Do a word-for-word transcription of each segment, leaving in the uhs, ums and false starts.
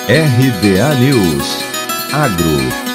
R B A News Agro.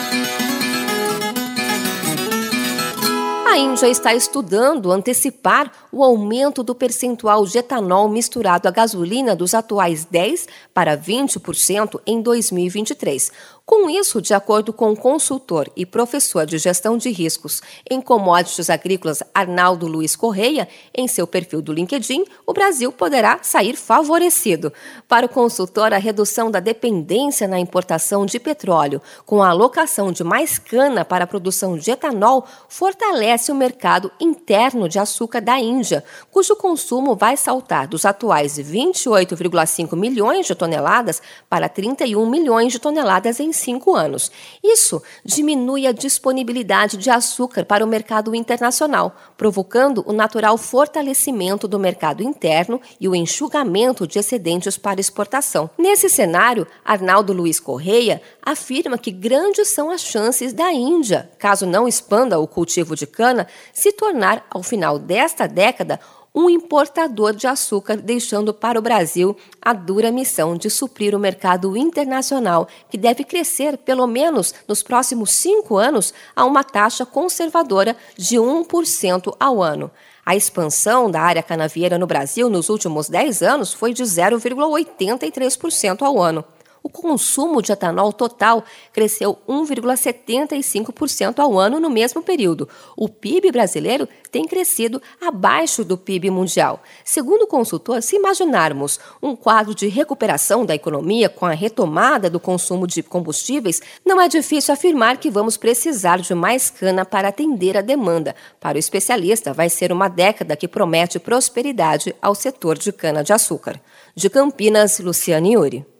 A Índia está estudando antecipar o aumento do percentual de etanol misturado à gasolina dos atuais dez por cento para vinte por cento em dois mil e vinte e três. Com isso, de acordo com o consultor e professor de gestão de riscos em commodities agrícolas Arnaldo Luiz Correia, em seu perfil do LinkedIn, o Brasil poderá sair favorecido. Para o consultor, a redução da dependência na importação de petróleo, com a alocação de mais cana para a produção de etanol, fortalece o mercado interno de açúcar da Índia, cujo consumo vai saltar dos atuais vinte e oito vírgula cinco milhões de toneladas para trinta e um milhões de toneladas em cinco anos. Isso diminui a disponibilidade de açúcar para o mercado internacional, provocando o natural fortalecimento do mercado interno e o enxugamento de excedentes para exportação. Nesse cenário, Arnaldo Luiz Correia afirma que grandes são as chances da Índia, caso não expanda o cultivo de cana, se tornar, ao final desta década, um importador de açúcar, deixando para o Brasil a dura missão de suprir o mercado internacional, que deve crescer, pelo menos nos próximos cinco anos, a uma taxa conservadora de um por cento ao ano. A expansão da área canavieira no Brasil nos últimos dez anos foi de zero vírgula oitenta e três por cento ao ano. O consumo de etanol total cresceu um vírgula setenta e cinco por cento ao ano no mesmo período. O P I B brasileiro tem crescido abaixo do P I B mundial. Segundo o consultor, se imaginarmos um quadro de recuperação da economia com a retomada do consumo de combustíveis, não é difícil afirmar que vamos precisar de mais cana para atender a demanda. Para o especialista, vai ser uma década que promete prosperidade ao setor de cana-de-açúcar. De Campinas, Luciane Yuri.